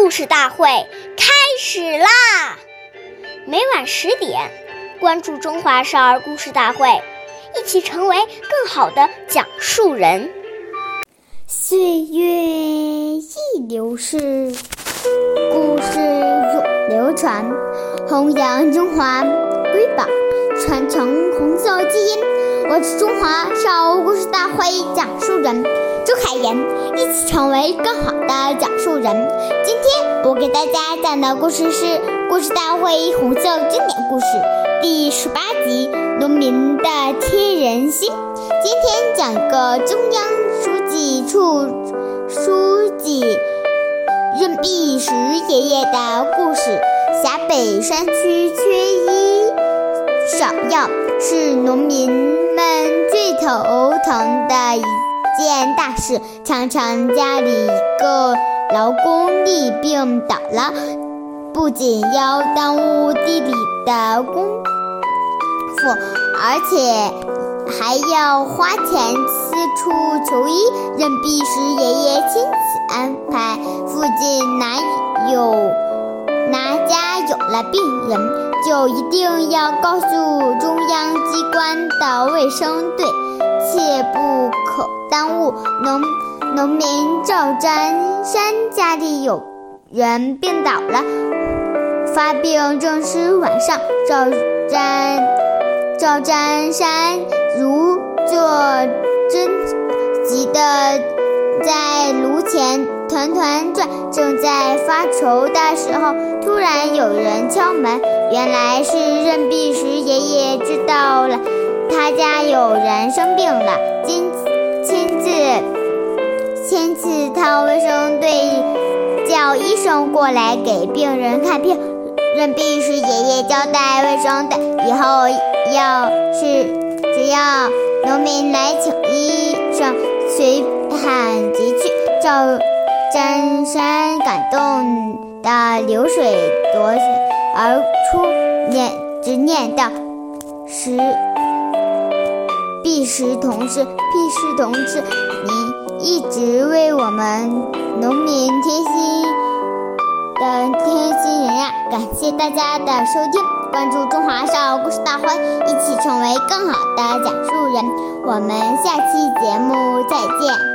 故事大会开始啦！每晚10点，关注中华少儿故事大会，一起成为更好的讲述人。 岁月易流逝，故事永流传，弘扬中华瑰宝，传承红色基因。我是中华少儿故事大会讲述人周凯妍，一起成为更好的讲述人。今天我给大家讲的故事是故事大会红色经典故事第18集《农民的贴人心》。今天讲个中央书记处书记任弼时爷爷的故事。陕北山区缺医少药，是农民们最头疼的一件大事，常常家里一个劳工一病倒了，不仅要耽误地里的功夫，而且还要花钱四处求医。任弼时爷爷亲自安排，附近哪家有了病人，就一定要告诉中央机关的卫生队，切不可耽误。农民赵占山家里有人病倒了，发病正是晚上，赵占山如坐针急地在炉前团团转，正在发愁的时候，突然有人敲门，原来是任弼时爷爷知道了他家有人生病了，亲自到卫生队叫医生过来给病人看病。任弼时爷爷交代卫生队，以后只要农民来请医生，随喊即去。赵占山感动的流水夺而出，直念道：弼时同志，你一直为我们农民贴心人呀！感谢大家的收听，关注中华少儿故事大会，一起成为更好的讲述人。我们下期节目再见。